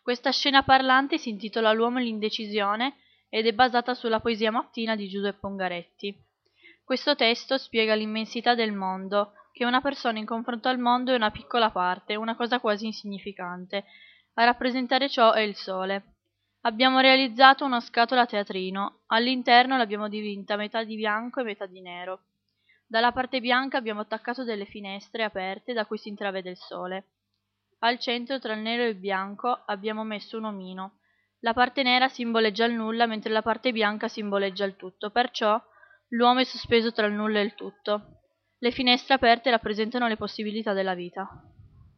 Questa scena parlante si intitola L'uomo e l'indecisione ed è basata sulla poesia mattina di Giuseppe Ungaretti. Questo testo spiega l'immensità del mondo, che una persona in confronto al mondo è una piccola parte, una cosa quasi insignificante. A rappresentare ciò è il sole. Abbiamo realizzato una scatola a teatrino, all'interno l'abbiamo dipinta metà di bianco e metà di nero. Dalla parte bianca abbiamo attaccato delle finestre aperte da cui si intravede il sole. Al centro, tra il nero e il bianco, abbiamo messo un omino. La parte nera simboleggia il nulla, mentre la parte bianca simboleggia il tutto, perciò l'uomo è sospeso tra il nulla e il tutto. Le finestre aperte rappresentano le possibilità della vita.